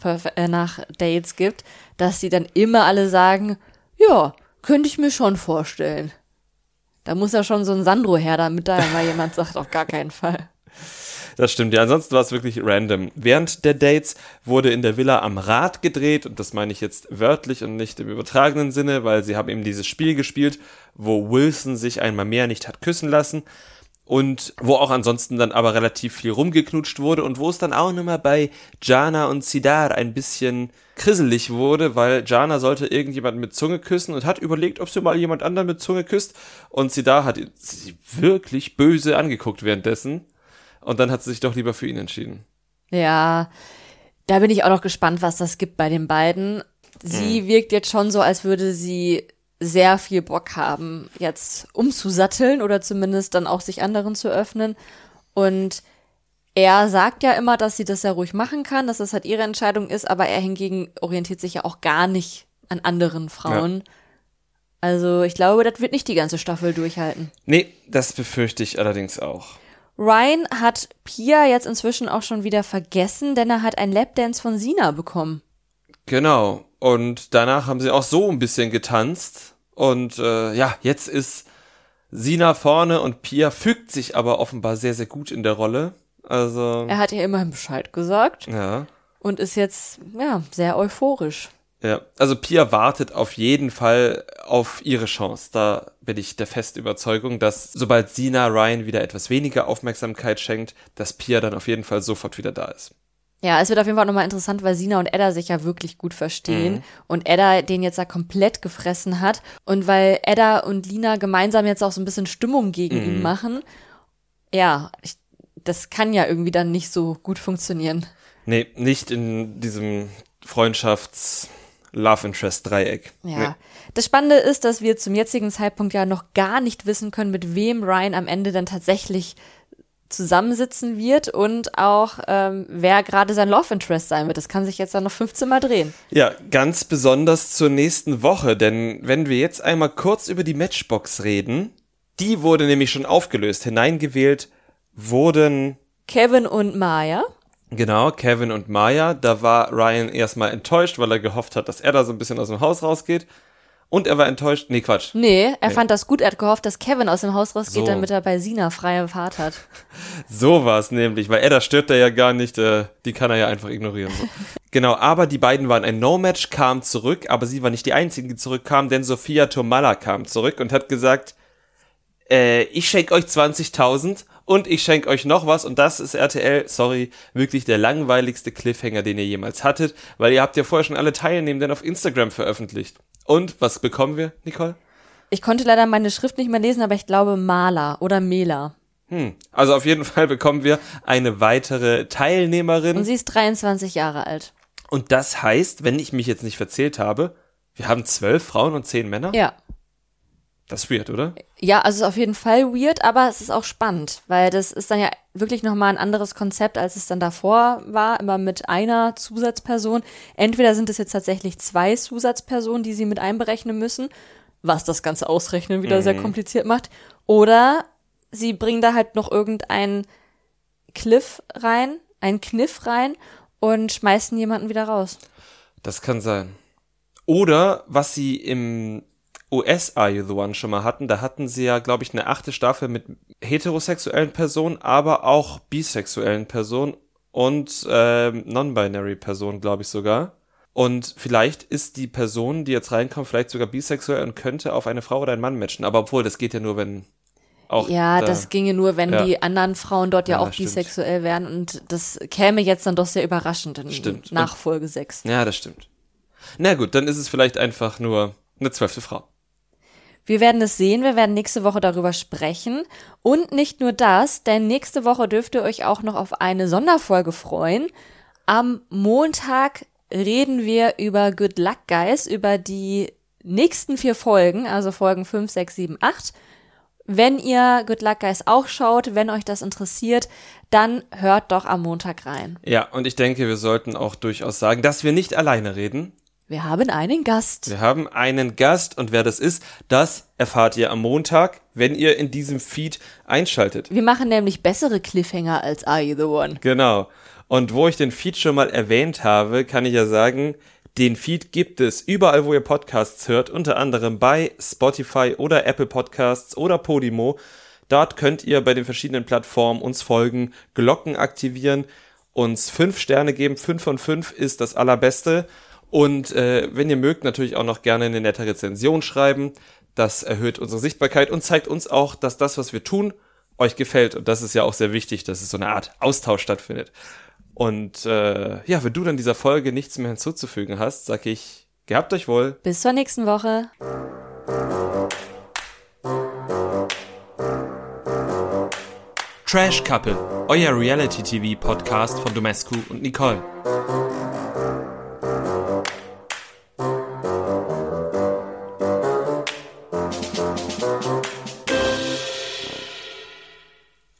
Dates gibt, dass sie dann immer alle sagen, ja, könnte ich mir schon vorstellen. Da muss ja schon so ein Sandro her, damit da mal jemand sagt, auf gar keinen Fall. Das stimmt, ja. Ansonsten war es wirklich random. Während der Dates wurde in der Villa am Rad gedreht, und das meine ich jetzt wörtlich und nicht im übertragenen Sinne, weil sie haben eben dieses Spiel gespielt, wo Wilson sich einmal mehr nicht hat küssen lassen und wo auch ansonsten dann aber relativ viel rumgeknutscht wurde und wo es dann auch nochmal bei Jana und Sidar ein bisschen krisselig wurde, weil Jana sollte irgendjemanden mit Zunge küssen und hat überlegt, ob sie mal jemand anderen mit Zunge küsst, und Sidar hat sie wirklich böse angeguckt währenddessen. Und dann hat sie sich doch lieber für ihn entschieden. Ja, da bin ich auch noch gespannt, was das gibt bei den beiden. Sie wirkt jetzt schon so, als würde sie sehr viel Bock haben, jetzt umzusatteln oder zumindest dann auch sich anderen zu öffnen. Und er sagt ja immer, dass sie das ja ruhig machen kann, dass das halt ihre Entscheidung ist, aber er hingegen orientiert sich ja auch gar nicht an anderen Frauen. Ja. Also ich glaube, das wird nicht die ganze Staffel durchhalten. Nee, das befürchte ich allerdings auch. Ryan hat Pia jetzt inzwischen auch schon wieder vergessen, denn er hat einen Lapdance von Sina bekommen. Genau. Und danach haben sie auch so ein bisschen getanzt. Und jetzt ist Sina vorne und Pia fügt sich aber offenbar sehr, sehr gut in der Rolle. Also er hat ihr immerhin Bescheid gesagt. Ja. Und ist jetzt, sehr euphorisch. Ja, also Pia wartet auf jeden Fall auf ihre Chance. Da bin ich der festen Überzeugung, dass sobald Sina Ryan wieder etwas weniger Aufmerksamkeit schenkt, dass Pia dann auf jeden Fall sofort wieder da ist. Ja, es wird auf jeden Fall nochmal interessant, weil Sina und Edda sich ja wirklich gut verstehen und Edda den jetzt da komplett gefressen hat und weil Edda und Lina gemeinsam jetzt auch so ein bisschen Stimmung gegen ihn machen. Ja, das kann ja irgendwie dann nicht so gut funktionieren. Nee, nicht in diesem Love-Interest-Dreieck. Ja. Nee. Das Spannende ist, dass wir zum jetzigen Zeitpunkt ja noch gar nicht wissen können, mit wem Ryan am Ende dann tatsächlich zusammensitzen wird und auch wer gerade sein Love-Interest sein wird. Das kann sich jetzt dann noch 15 Mal drehen. Ja, ganz besonders zur nächsten Woche, denn wenn wir jetzt einmal kurz über die Matchbox reden, die wurde nämlich schon aufgelöst. Hineingewählt wurden Kevin und Maya. Genau, Kevin und Maya. Da war Ryan erstmal enttäuscht, weil er gehofft hat, dass er da so ein bisschen aus dem Haus rausgeht. Und er war enttäuscht, er fand das gut, er hat gehofft, dass Kevin aus dem Haus rausgeht, damit er bei Sina freie Fahrt hat. So war es nämlich, weil Edda stört er ja gar nicht, die kann er ja einfach ignorieren. So. Genau, aber die beiden waren ein No-Match, kamen zurück, aber sie war nicht die Einzige, die zurückkam, denn Sophia Tomalla kam zurück und hat gesagt, ich schenke euch 20.000 und ich schenke euch noch was, und das ist RTL, sorry, wirklich der langweiligste Cliffhanger, den ihr jemals hattet, weil ihr habt ja vorher schon alle Teilnehmenden auf Instagram veröffentlicht. Und was bekommen wir, Nicole? Ich konnte leider meine Schrift nicht mehr lesen, aber ich glaube Mala oder Mela. Also auf jeden Fall bekommen wir eine weitere Teilnehmerin. Und sie ist 23 Jahre alt. Und das heißt, wenn ich mich jetzt nicht verzählt habe, wir haben 12 Frauen und 10 Männer? Ja. Das ist weird, oder? Ja, also es ist auf jeden Fall weird, aber es ist auch spannend, weil das ist dann ja wirklich nochmal ein anderes Konzept, als es dann davor war, immer mit einer Zusatzperson. Entweder sind es jetzt tatsächlich 2 Zusatzpersonen, die sie mit einberechnen müssen, was das ganze Ausrechnen wieder sehr kompliziert macht, oder sie bringen da halt noch irgendeinen Kniff rein und schmeißen jemanden wieder raus. Das kann sein. Oder was sie im US Are You The One schon mal hatten, da hatten sie ja, glaube ich, eine 8. Staffel mit heterosexuellen Personen, aber auch bisexuellen Personen und non-binary Personen, glaube ich sogar. Und vielleicht ist die Person, die jetzt reinkommt, vielleicht sogar bisexuell und könnte auf eine Frau oder einen Mann matchen. Aber obwohl, das geht ja nur, wenn auch ja, das ginge nur, wenn die anderen Frauen dort ja auch stimmt. bisexuell wären. Und das käme jetzt dann doch sehr überraschend in Nachfolge 6. Ja, das stimmt. Na gut, dann ist es vielleicht einfach nur eine 12. Frau. Wir werden es sehen, wir werden nächste Woche darüber sprechen. Und nicht nur das, denn nächste Woche dürft ihr euch auch noch auf eine Sonderfolge freuen. Am Montag reden wir über Good Luck Guys, über die nächsten 4 Folgen, also Folgen 5, 6, 7, 8. Wenn ihr Good Luck Guys auch schaut, wenn euch das interessiert, dann hört doch am Montag rein. Ja, und ich denke, wir sollten auch durchaus sagen, dass wir nicht alleine reden. Wir haben einen Gast. Wir haben einen Gast und wer das ist, das erfahrt ihr am Montag, wenn ihr in diesem Feed einschaltet. Wir machen nämlich bessere Cliffhanger als Are You The One. Genau. Und wo ich den Feed schon mal erwähnt habe, kann ich ja sagen, den Feed gibt es überall, wo ihr Podcasts hört, unter anderem bei Spotify oder Apple Podcasts oder Podimo. Dort könnt ihr bei den verschiedenen Plattformen uns folgen, Glocken aktivieren, uns 5 Sterne geben. 5 von 5 ist das Allerbeste. Und wenn ihr mögt, natürlich auch noch gerne eine nette Rezension schreiben. Das erhöht unsere Sichtbarkeit und zeigt uns auch, dass das, was wir tun, euch gefällt. Und das ist ja auch sehr wichtig, dass es so eine Art Austausch stattfindet. Und ja, wenn du dann dieser Folge nichts mehr hinzuzufügen hast, sag ich, gehabt euch wohl. Bis zur nächsten Woche. Trash Couple, euer Reality-TV-Podcast von Domescu und Nicole.